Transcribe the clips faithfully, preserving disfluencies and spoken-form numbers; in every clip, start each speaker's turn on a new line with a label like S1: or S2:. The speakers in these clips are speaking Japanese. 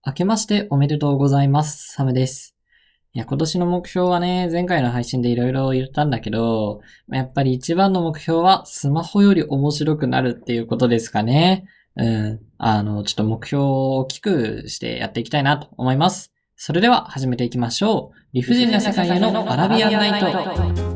S1: 明けましておめでとうございます。サムです。いや、今年の目標はね、前回の配信でいろいろ言ったんだけど、やっぱり一番の目標はスマホより面白くなるっていうことですかね。うん。あの、ちょっと目標を大きくしてやっていきたいなと思います。それでは始めていきましょう。理不尽な世界へのアラビアンナイト。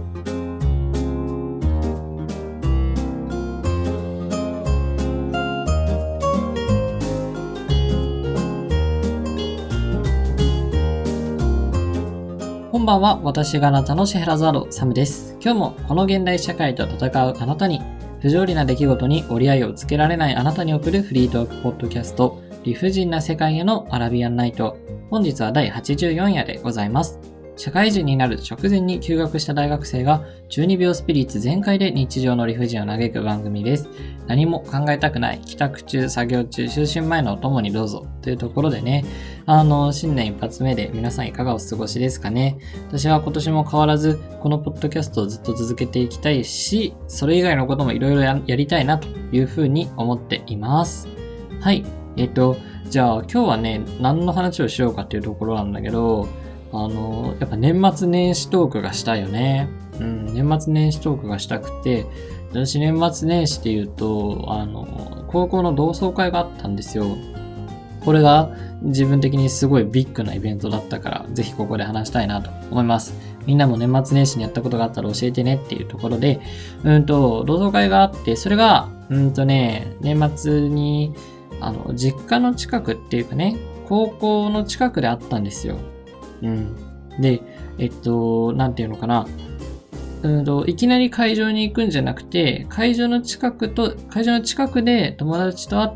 S1: こんばんは、私があなたのシェヘラザード、サムです。今日もこの現代社会と戦うあなたに、不条理な出来事に折り合いをつけられないあなたに送るフリートークポッドキャスト、理不尽な世界へのアラビアンナイト。本日はだいはちじゅうよん夜でございます。社会人になる直前に休学した大学生が中二病スピリッツ全開で日常の理不尽を嘆く番組です。何も考えたくない、帰宅中、作業中、就寝前のお供にどうぞというところでね、あの、新年一発目で皆さんいかがお過ごしですかね。私は今年も変わらずこのポッドキャストをずっと続けていきたいし、それ以外のこともいろいろやりたいなというふうに思っています。はい。えっと、じゃあ今日はね、何の話をしようかっていうところなんだけど、あの、やっぱ年末年始トークがしたいよね。うん、年末年始トークがしたくて、私年末年始っていうと、あの、高校の同窓会があったんですよ。これが自分的にすごいビッグなイベントだったから、ぜひここで話したいなと思います。みんなも年末年始にやったことがあったら教えてねっていうところで、うんと、同窓会があって、それが、うんとね、年末に、あの、実家の近くっていうかね、高校の近くであったんですよ。うん。で、えっと、なんていうのかな。うんと、いきなり会場に行くんじゃなくて、会場の近くと、会場の近くで友達と会って、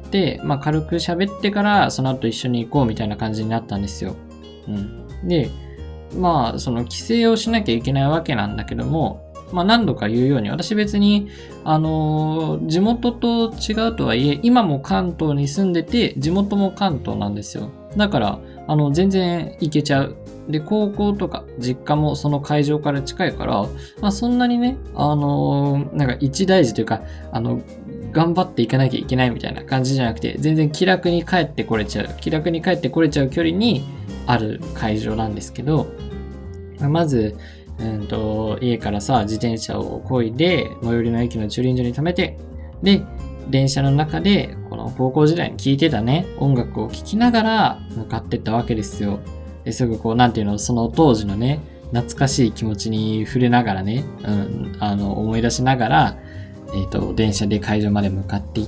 S1: まあ軽く喋ってから、その後一緒に行こうみたいな感じになったんですよ。うん。で、まあ、その帰省をしなきゃいけないわけなんだけども、まあ何度か言うように、私別に、あのー地元と違うとはいえ、今も関東に住んでて、地元も関東なんですよ。だから、あの、全然行けちゃう。で、高校とか実家もその会場から近いから、まあそんなにね、あのーなんか一大事というか、あの、頑張っていかなきゃいけないみたいな感じじゃなくて、全然気楽に帰ってこれちゃう。気楽に帰ってこれちゃう距離にある会場なんですけど、まず、うんと、家からさ、自転車を漕いで、最寄りの駅の駐輪場に停めて、で、電車の中で、この高校時代に聴いてたね、音楽を聴きながら向かってったわけですよ。ですぐこう、なんていうの、その当時のね、懐かしい気持ちに触れながらね、うん、あの、思い出しながら、えっと、電車で会場まで向かっていって、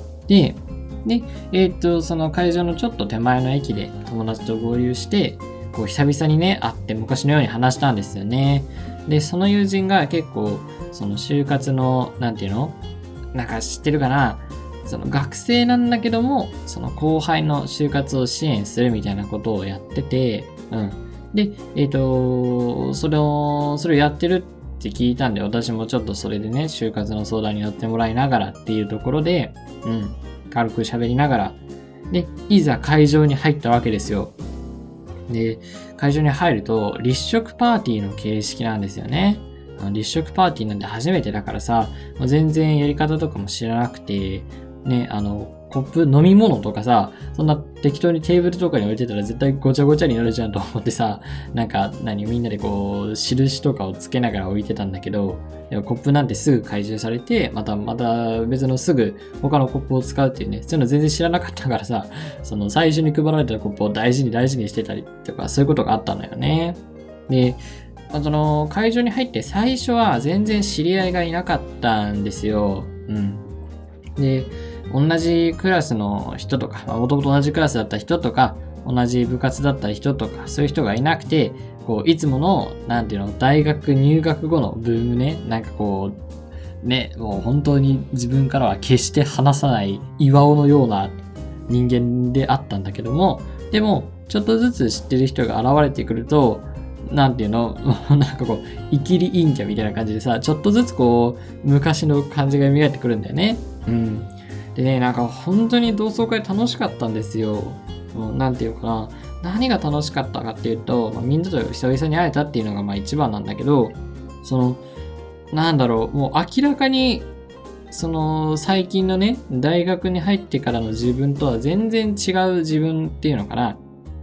S1: で、えっと、その会場のちょっと手前の駅で友達と合流して、こう久々にね、会って昔のように話したんですよね。で、その友人が結構、その就活の、なんていうのなんか知ってるかな、その学生なんだけども、その後輩の就活を支援するみたいなことをやってて、うん。で、えっと、それを、それをやってるって聞いたんで、私もちょっとそれでね、就活の相談に乗ってもらいながらっていうところで、うん。軽く喋りながら、で、いざ会場に入ったわけですよ。で、会場に入ると、立食パーティーの形式なんですよね。立食パーティーなんて初めてだからさ、全然やり方とかも知らなくて、ね、あの、コップ飲み物とかさ、そんな適当にテーブルとかに置いてたら絶対ごちゃごちゃになるじゃんと思ってさ、なんか何みんなでこう印とかをつけながら置いてたんだけど、でもコップなんてすぐ回収されて、またまた別のすぐ他のコップを使うっていうね、そういうの全然知らなかったからさ、その最初に配られたコップを大事に大事にしてたりとか、そういうことがあったのよね。で、その会場に入って最初は全然知り合いがいなかったんですよ。うん。で、同じクラスの人とか、もともと同じクラスだった人とか、同じ部活だった人とか、そういう人がいなくて、こう、いつもの、なんていうの、大学入学後のブームね、なんかこう、ね、もう本当に自分からは決して離さない岩尾のような人間であったんだけども、でも、ちょっとずつ知ってる人が現れてくると、なんていうのなんかこう、イキリ陰キャみたいな感じでさ、ちょっとずつこう、昔の感じが蘇ってくるんだよね。うん。でね、なんか本当に同窓会楽しかったんですよ。なんていうかな。何が楽しかったかっていうと、まあ、みんなと久々に会えたっていうのがまあ一番なんだけど、その、なんだろう、もう明らかに、その最近のね、大学に入ってからの自分とは全然違う自分っていうのかな。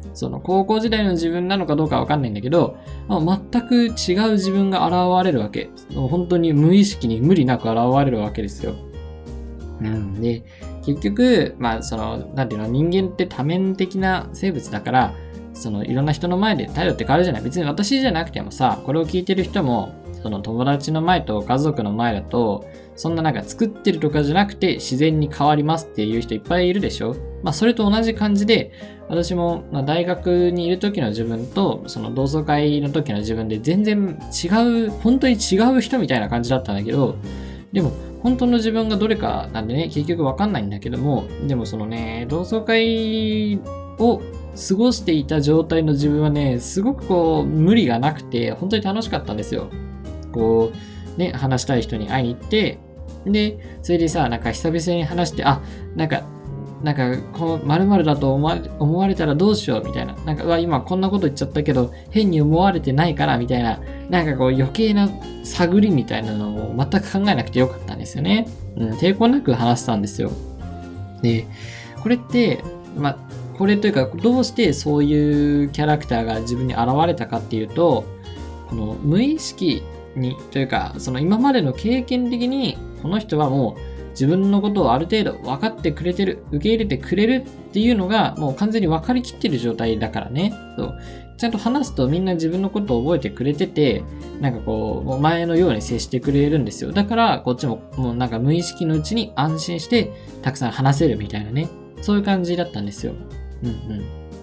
S1: その高校時代の自分なのかどうかわかんないんだけど、まあ、全く違う自分が現れるわけ。本当に無意識に無理なく現れるわけですよ。うん。で、結局、まあ、その、なんていうの、人間って多面的な生物だから、その、いろんな人の前で態度って変わるじゃない。別に私じゃなくてもさ、これを聞いてる人も、その友達の前と家族の前だと、そんななんか作ってるとかじゃなくて自然に変わりますっていう人いっぱいいるでしょ。まあそれと同じ感じで、私もまあ大学にいる時の自分とその同窓会の時の自分で全然違う、本当に違う人みたいな感じだったんだけど、でも本当の自分がどれかなんでね、結局わかんないんだけども、でもそのね、同窓会を過ごしていた状態の自分はね、すごくこう無理がなくて本当に楽しかったんですよ。こうね、話したい人に会いに行って、で、それでさ、なんか久々に話して、あ、なんか、なんか、この〇〇だと思われ、思われたらどうしようみたいな。なんか、うわ、今こんなこと言っちゃったけど、変に思われてないからみたいな、なんかこう余計な探りみたいなのを全く考えなくてよかったんですよね。うん、抵抗なく話したんですよ。で、これって、まあ、これというか、どうしてそういうキャラクターが自分に現れたかっていうと、この無意識にというか、その今までの経験的にこの人はもう自分のことをある程度分かってくれてる、受け入れてくれるっていうのがもう完全に分かりきってる状態だからね。そう。ちゃんと話すとみんな自分のことを覚えてくれてて、なんかこう、もう前のように接してくれるんですよ。だからこっちももうなんか無意識のうちに安心してたくさん話せるみたいなね。そういう感じだったんですよ。うんうん。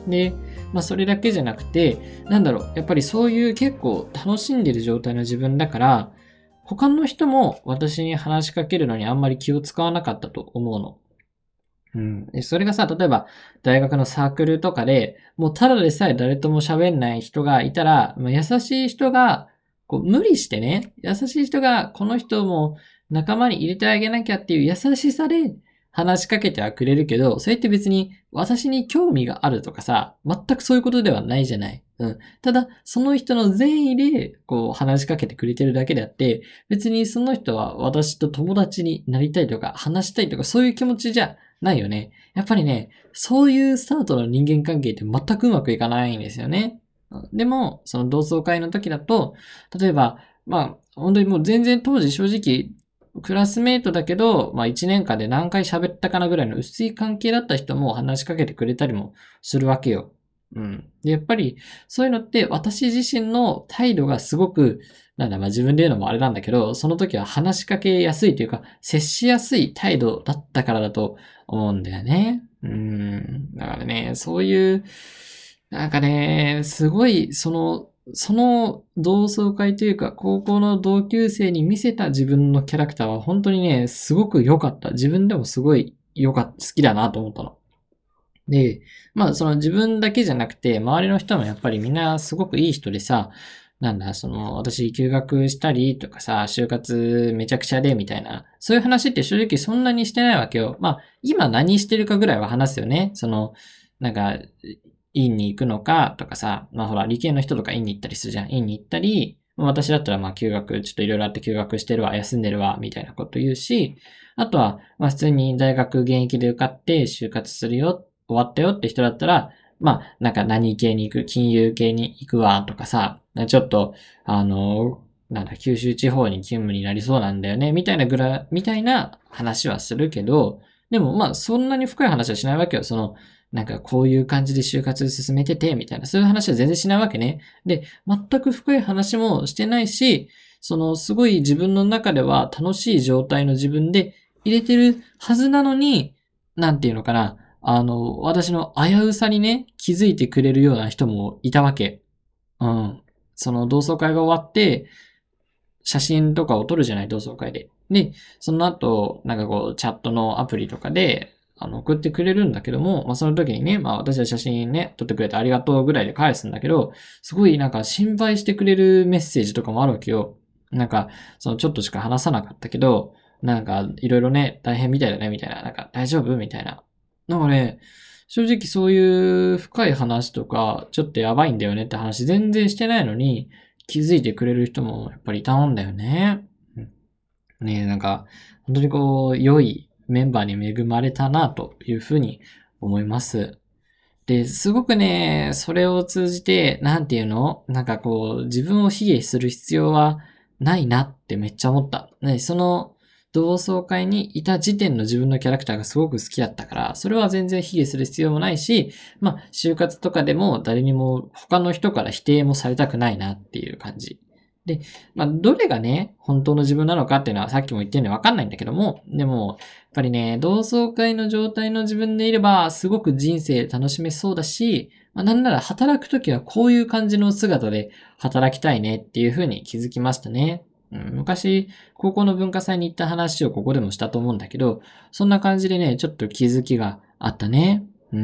S1: で、まあそれだけじゃなくて、なんだろう、やっぱりそういう結構楽しんでる状態の自分だから、他の人も私に話しかけるのにあんまり気を使わなかったと思うの。うん。でそれがさ、例えば大学のサークルとかで、もうただでさえ誰とも喋んない人がいたら、まあ、優しい人が、こう無理してね、優しい人がこの人も仲間に入れてあげなきゃっていう優しさで話しかけてはくれるけど、それって別に私に興味があるとかさ、全くそういうことではないじゃない。うん。ただ、その人の善意で、こう話しかけてくれてるだけであって、別にその人は私と友達になりたいとか、話したいとか、そういう気持ちじゃないよね。やっぱりね、そういうスタートの人間関係って全くうまくいかないんですよね。でも、その同窓会の時だと、例えば、まあ、本当にもう全然当時正直、クラスメイトだけど、まあ一年間で何回喋ったかなぐらいの薄い関係だった人も話しかけてくれたりもするわけよ。うん。で、やっぱり、そういうのって私自身の態度がすごく、なんだ、まあ自分で言うのもあれなんだけど、その時は話しかけやすいというか、接しやすい態度だったからだと思うんだよね。うん。だからね、そういう、なんかね、すごい、その、その同窓会というか、高校の同級生に見せた自分のキャラクターは本当にね、すごく良かった。自分でもすごい良かった、好きだなと思ったの。で、まあその自分だけじゃなくて、周りの人もやっぱりみんなすごくいい人でさ、なんだ、その、私休学したりとかさ、就活めちゃくちゃで、みたいな、そういう話って正直そんなにしてないわけよ。まあ、今何してるかぐらいは話すよね。その、なんか、院に行くのかとかさ、まあほら、理系の人とか院に行ったりするじゃん。院に行ったり、私だったらまあ休学、ちょっといろいろあって休学してるわ、休んでるわ、みたいなこと言うし、あとは、まあ普通に大学現役で受かって就活するよ、終わったよって人だったら、まあ、なんか何系に行く、金融系に行くわ、とかさ、ちょっと、あの、なんだ、九州地方に勤務になりそうなんだよね、みたいなぐらい、みたいな話はするけど、でもまあ、そんなに深い話はしないわけよ。その、なんかこういう感じで就活進めてて、みたいな、そういう話は全然しないわけね。で、全く深い話もしてないし、その、すごい自分の中では楽しい状態の自分で入れてるはずなのに、なんていうのかな、あの、私の危うさにね、気づいてくれるような人もいたわけ。うん。その同窓会が終わって、写真とかを撮るじゃない、同窓会で。で、その後、なんかこう、チャットのアプリとかで、あの、送ってくれるんだけども、まあその時にね、まあ私は写真ね、撮ってくれてありがとうぐらいで返すんだけど、すごいなんか心配してくれるメッセージとかもあるわけよ。なんか、そのちょっとしか話さなかったけど、なんかいろいろね、大変みたいだね、みたいな、なんか大丈夫みたいな。なんかね、正直そういう深い話とか、ちょっとやばいんだよねって話全然してないのに、気づいてくれる人もやっぱりいたんだよね。ねえ、なんか、本当にこう、良いメンバーに恵まれたなというふうに思います。 で、すごくね、それを通じて、なんていうのなんかこう、自分を卑下する必要はないなってめっちゃ思った。ね、その同窓会にいた時点の自分のキャラクターがすごく好きだったから、それは全然卑下する必要もないし、まあ、就活とかでも誰にも他の人から否定もされたくないなっていう感じ。で、まあ、どれがね、本当の自分なのかっていうのはさっきも言ったようにわかんないんだけども、でも、やっぱりね、同窓会の状態の自分でいれば、すごく人生楽しめそうだし、まあ、なんなら働くときはこういう感じの姿で働きたいねっていうふうに気づきましたね。うん、昔、高校の文化祭に行った話をここでもしたと思うんだけど、そんな感じでね、ちょっと気づきがあったね。うん。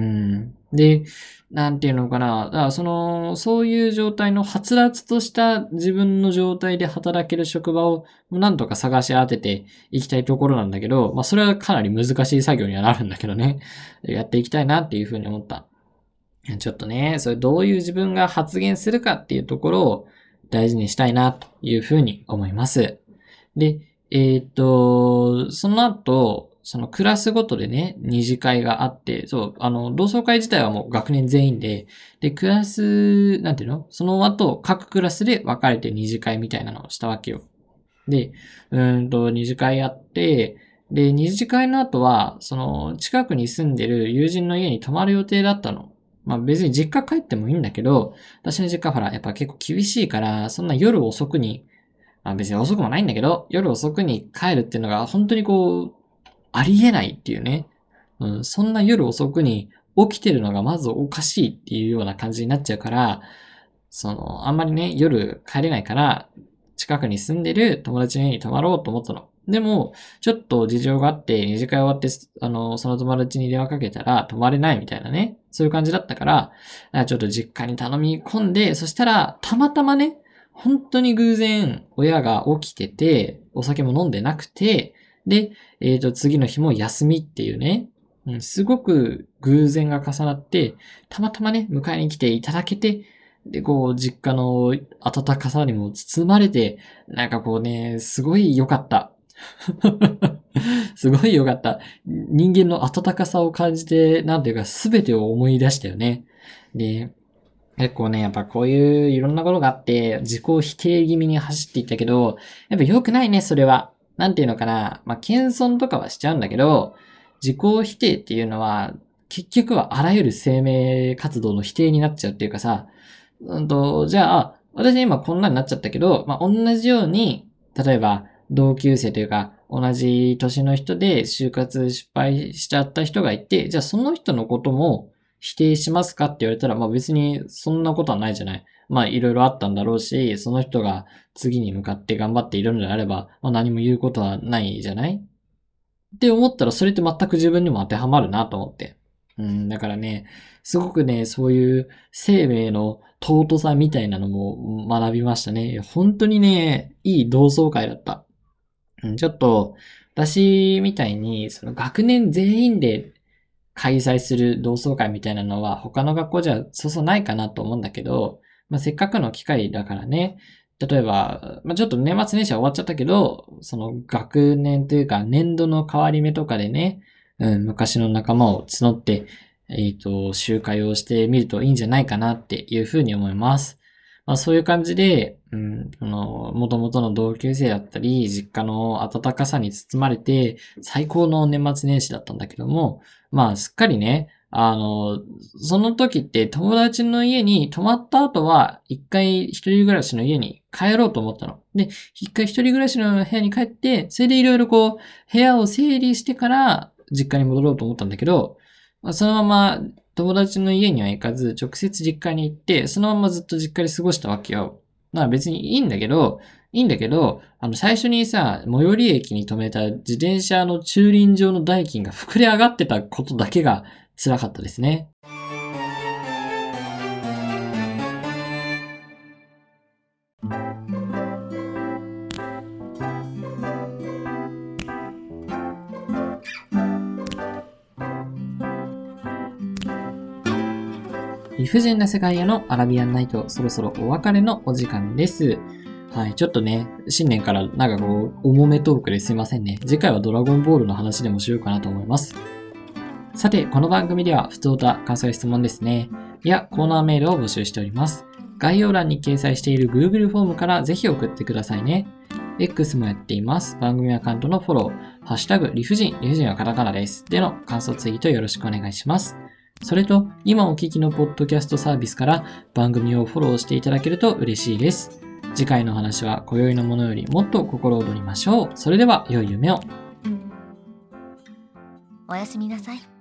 S1: で、なんていうのかな。だからその、そういう状態のはつらつとした自分の状態で働ける職場をなんとか探し当てていきたいところなんだけど、まあそれはかなり難しい作業にはなるんだけどね。やっていきたいなっていうふうに思った。ちょっとね、それどういう自分が発言するかっていうところを大事にしたいなというふうに思います。で、えーっと、その後、そのクラスごとでね、二次会があって、そう、あの、同窓会自体はもう学年全員で、で、クラス、なんていうのその後、各クラスで分かれて二次会みたいなのをしたわけよ。で、うーんと、二次会やって、で、二次会の後は、その、近くに住んでる友人の家に泊まる予定だったの。まあ別に実家帰ってもいいんだけど、私の実家ほら、やっぱ結構厳しいから、そんな夜遅くにまあ別に遅くもないんだけど、夜遅くに帰るっていうのが本当にこう、ありえないっていうね。うん、そんな夜遅くに起きてるのがまずおかしいっていうような感じになっちゃうから、その、あんまりね、夜帰れないから、近くに住んでる友達の家に泊まろうと思ったの。でも、ちょっと事情があって、二次会終わって、あの、その友達に電話かけたら泊まれないみたいなね。そういう感じだったから、ちょっと実家に頼み込んで、そしたら、たまたまね、本当に偶然、親が起きてて、お酒も飲んでなくて、で、えっと、次の日も休みっていうね、うん、すごく偶然が重なって、たまたまね、迎えに来ていただけて、で、こう、実家の温かさにも包まれて、なんかこうね、すごい良かった。すごい良かった。人間の温かさを感じて、なんていうか、すべてを思い出したよね。で、結構ね、やっぱこういういろんなことがあって、自己否定気味に走っていったけど、やっぱ良くないね、それは。なんていうのかな。まあ、謙遜とかはしちゃうんだけど、自己否定っていうのは、結局はあらゆる生命活動の否定になっちゃうっていうかさ、うんと、じゃあ、私今こんなになっちゃったけど、まあ、同じように、例えば、同級生というか、同じ年の人で就活失敗しちゃった人がいて、じゃあその人のことも否定しますかって言われたら、まあ別にそんなことはないじゃない。まあいろいろあったんだろうし、その人が次に向かって頑張っているのであれば、まあ何も言うことはないじゃないって思ったら、それって全く自分にも当てはまるなと思って。うん、だからね、すごくね、そういう生命の尊さみたいなのも学びましたね。本当にね、いい同窓会だった。うん、ちょっと、私みたいに、その学年全員で開催する同窓会みたいなのは他の学校じゃそうそうないかなと思うんだけど、まあ、せっかくの機会だからね、例えば、まあ、ちょっと年末年始は終わっちゃったけど、その学年というか年度の変わり目とかでね、うん、昔の仲間を募って、えっと、集会をしてみるといいんじゃないかなっていうふうに思います。まあそういう感じで、うん、その、元々の同級生だったり、実家の温かさに包まれて、最高の年末年始だったんだけども、まあすっかりね、あの、その時って友達の家に泊まった後は、一回一人暮らしの家に帰ろうと思ったの。で、一回一人暮らしの部屋に帰って、それでいろいろこう、部屋を整理してから実家に戻ろうと思ったんだけど、そのまま友達の家には行かず、直接実家に行って、そのままずっと実家で過ごしたわけよ。まあ別にいいんだけど、いいんだけど、あの最初にさ、最寄り駅に停めた自転車の駐輪場の代金が膨れ上がってたことだけが辛かったですね。理不尽な世界へのアラビアンナイト、そろそろお別れのお時間です。はい、ちょっとね、新年からなんかこう、重めトークですいませんね。次回はドラゴンボールの話でもしようかなと思います。 さて、この番組では、ふつおた、感想や質問ですね。や、コーナーメールを募集しております。概要欄に掲載している Google フォームからぜひ送ってくださいね。X もやっています。番組アカウントのフォロー、ハッシュタグ、理不尽、理不尽はカタカナです。での感想ツイートよろしくお願いします。それと、今お聞きのポッドキャストサービスから番組をフォローしていただけると嬉しいです。次回の話は今宵のものよりもっと心躍りましょう。それでは良い夢を。
S2: おやすみなさい。